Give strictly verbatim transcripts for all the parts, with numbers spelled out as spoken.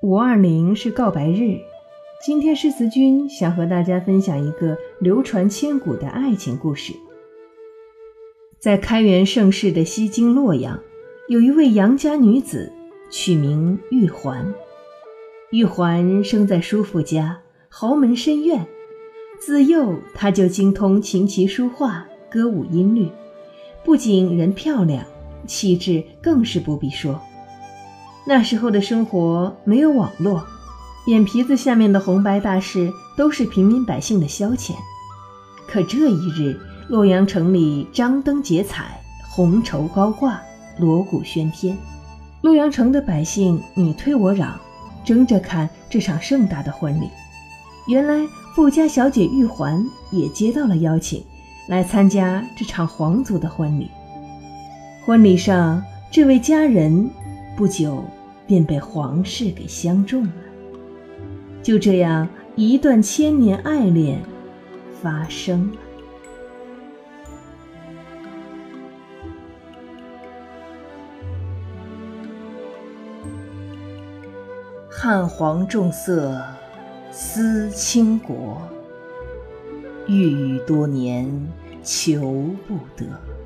五二零是告白日，今天诗词君想和大家分享一个流传千古的爱情故事。在开元盛世的西京洛阳，有一位杨家女子，取名玉环。玉环生在叔父家，豪门深院，自幼她就精通琴棋书画、歌舞音律，不仅人漂亮，气质更是不必说。那时候的生活没有网络，眼皮子下面的红白大事都是平民百姓的消遣。可这一日，洛阳城里张灯结彩，红绸高挂，锣鼓喧天，洛阳城的百姓你推我攘，争着看这场盛大的婚礼。原来富家小姐玉环也接到了邀请，来参加这场皇族的婚礼。婚礼上，这位佳人不久便被皇室给相中了。就这样，一段千年爱恋发生了。汉皇重色思倾国，郁郁多年求不得。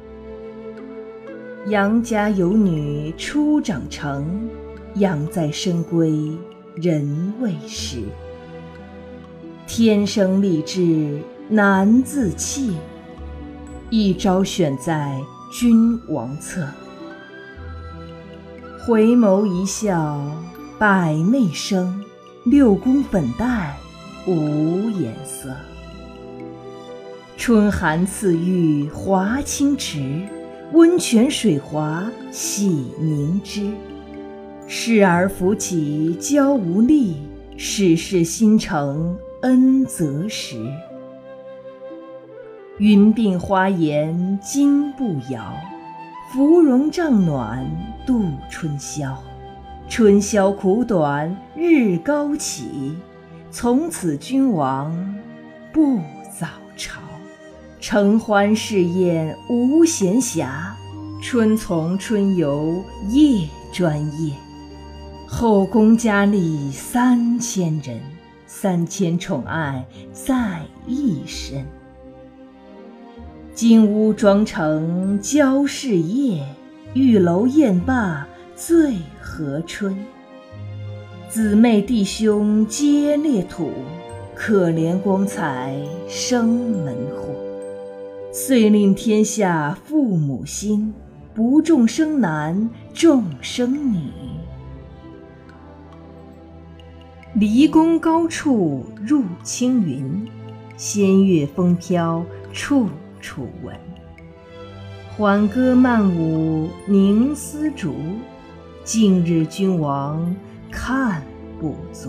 杨家有女初长成，养在深闺人未识。天生丽质难自弃，一朝选在君王侧。回眸一笑百媚生，六宫粉黛无颜色。春寒赐浴华清池，温泉水滑洗凝脂。侍儿扶起娇无力，始是新承恩泽时。云鬓花颜金步摇，芙蓉帐暖度春宵。春宵苦短日高起，从此君王不早朝。承欢侍宴无闲暇，春从春游夜专夜。后宫佳丽三千人，三千宠爱在一身。金屋妆成娇侍夜，玉楼宴罢醉和春。姊妹弟兄皆列土，可怜光彩生门户。遂令天下父母心，不重生男重生女。离宫高处入青云，仙乐风飘处处闻。缓歌慢舞凝丝竹，近日君王看不足。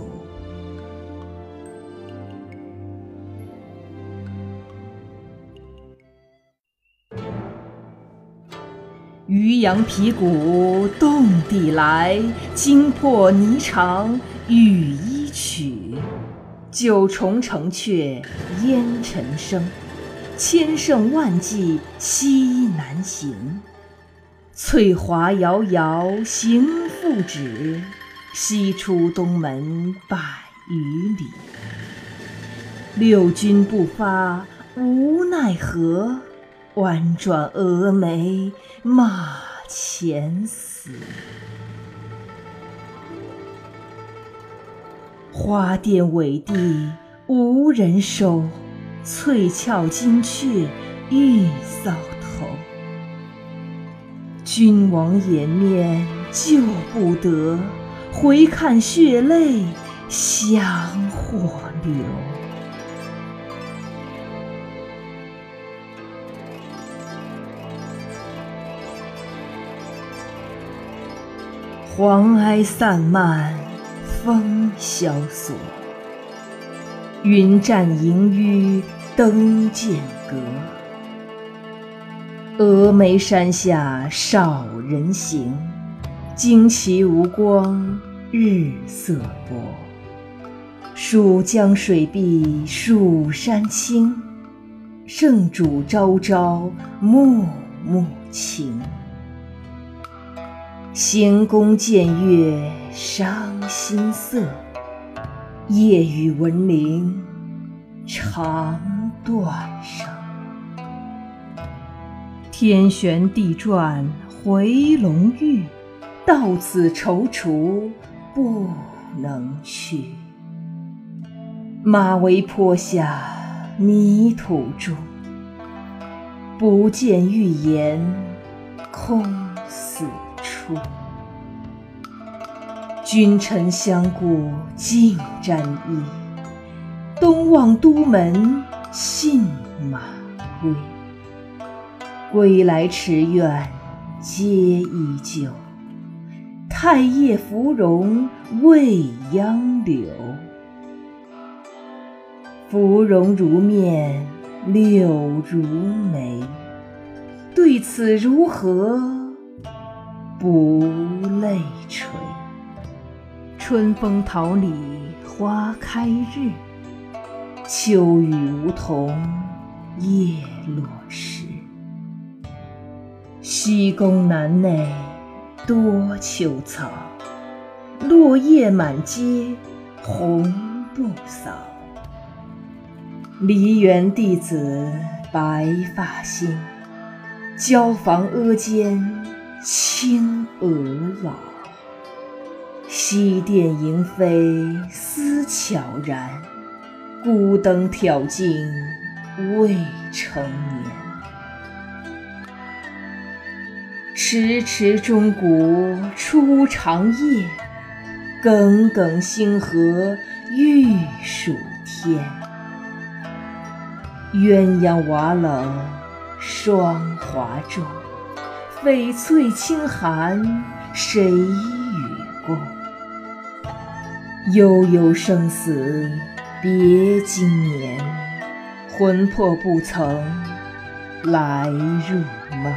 渔阳鼙鼓动地来，惊破霓裳羽衣曲。九重城阙烟尘生，千乘万骑西南行。翠华遥遥行复止，西出东门百余里。六军不发无奈何，婉转蛾眉马前死。花钿委地无人收，翠翘金雀玉搔头。君王颜面救不得，回看血泪降火流。黄埃散漫风萧索，云栈萦纡灯渐隔。峨眉山下少人行，旌旗无光日色薄。蜀江水碧蜀山青，圣主朝朝暮暮情。 闲宫见月伤心色，夜雨闻铃肠断声。天旋地转回龙驭，到此踌躇不能去。马嵬坡下泥土中，不见玉颜空死处。君臣相顾尽沾衣，东望都门信马归。归来池苑皆依旧，太液芙蓉未央柳。芙蓉如面柳如眉，对此如何不泪垂？春风桃李花开日，秋雨梧桐叶落时。西宫南内多秋草，落叶满阶红不扫。梨园弟子白发兴，椒房阿监青娥老。西殿萤飞思悄然，孤灯挑尽未成年。迟迟钟鼓初长夜，耿耿星河欲曙天。鸳鸯瓦冷霜华重，翡翠清寒谁与共？悠悠生死别经年，魂魄不曾来入梦。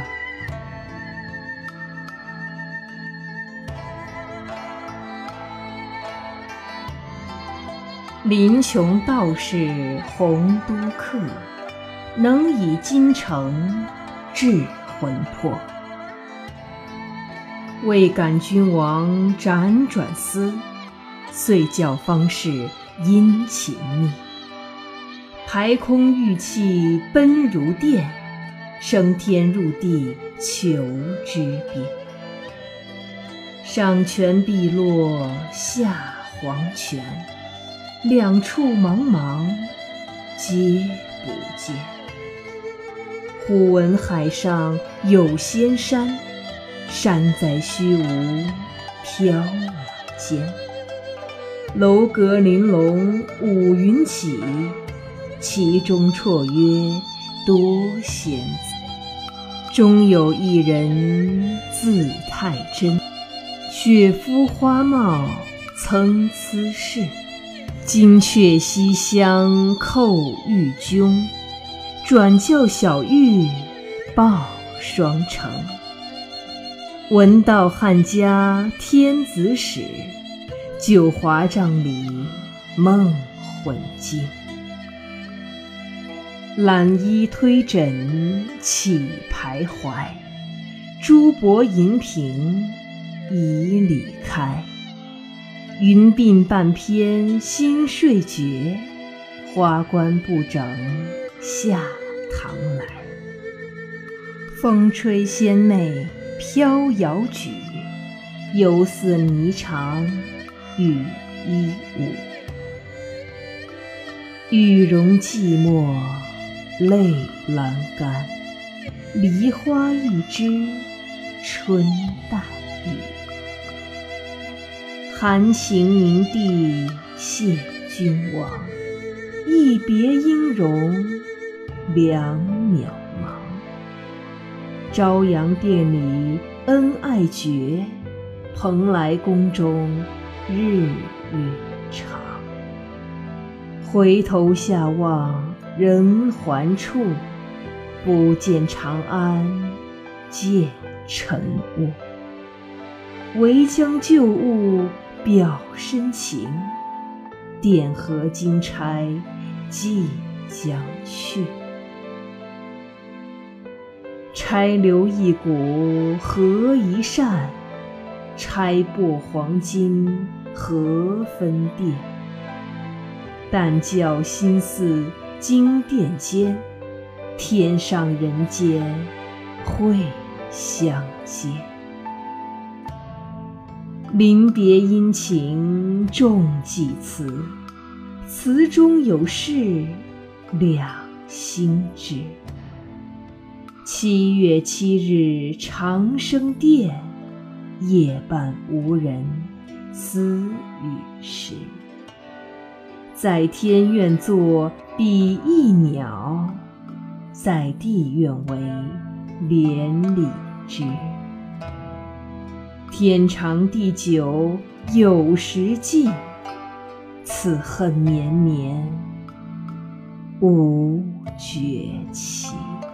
林琼道士洪都客，能以金城治魂魄。未感君王辗转思，遂教方士殷勤觅。排空玉气奔如电，升天入地求之遍。上泉碧落下黄泉，两处茫茫皆不见。忽闻海上有仙山，山在虚无缥缈间。楼阁玲珑五云起，其中绰约多仙子。中有一人字太真，雪肤花貌参差是。金阙西厢扣玉炯，转教小玉报双成。闻道汉家天子使，九华帐里梦魂惊。揽衣推枕起徘徊，珠箔银屏已里开。云鬓半偏新睡觉，花冠不整下堂来。风吹仙袂飘摇举，犹似霓裳羽衣舞。玉容寂寞泪阑干，梨花一枝春带雨。含情凝地谢君王，一别音容两渺茫。朝阳殿里恩爱绝，蓬莱宫中日月长。回头下望人寰处，不见长安见尘雾。唯将旧物表深情，点合金钗即将去。钗留一股合一扇， 拆擘黄金何分店？但教心似金殿间，天上人间会相见。临别殷勤重几词，词中有事两心知。七月七日长生殿，夜半无人私语时。在天愿作比翼鸟，在地愿为连理枝。天长地久有时尽，此恨绵绵无绝期。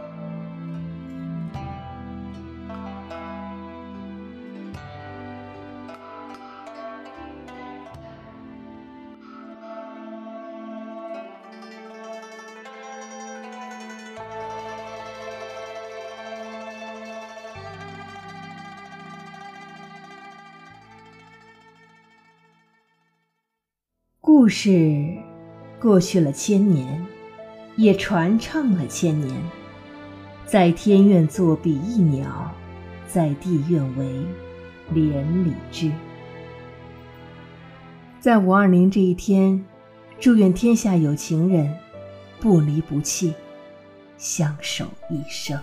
故事过去了千年，也传唱了千年。在天愿作比翼鸟，在地愿为连理枝。在五二零这一天，祝愿天下有情人不离不弃，相守一生。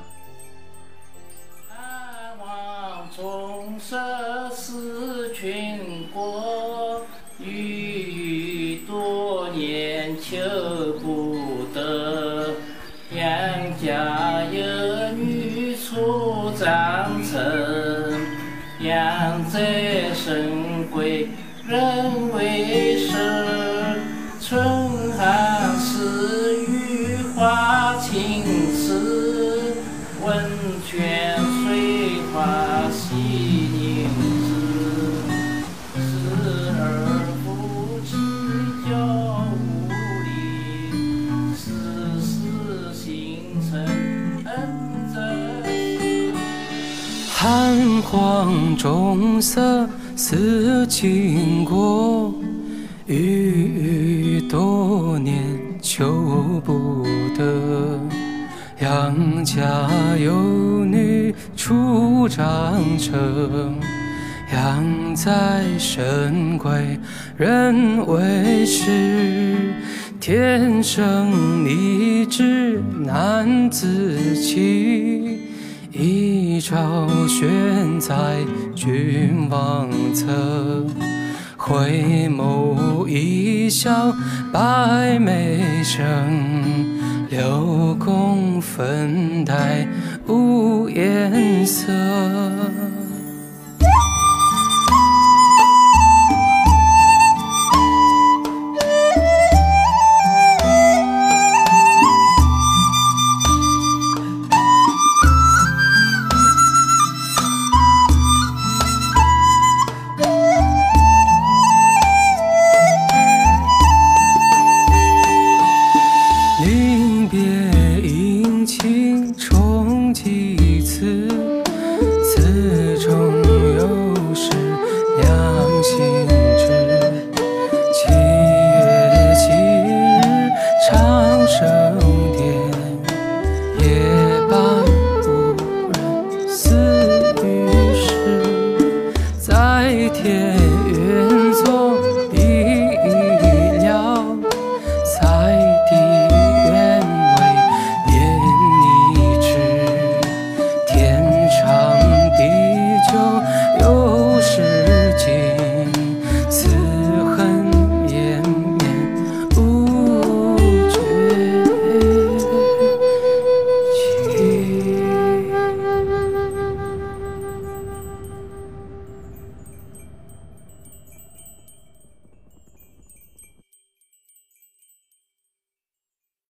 盼望众生思群国，郁郁多年求不得。杨家有女初长成，养在深闺人未识。春寒时雨花青丝，温泉水花洗凝脂。时而夫妻交无离，时时形成恩泽。 寒黄中色似经过，郁郁多年求不得。杨家有女初长成，养在深闺人未识。天生丽质难自弃，一朝选在君王侧。回眸一笑百媚生，六宫粉黛无颜色。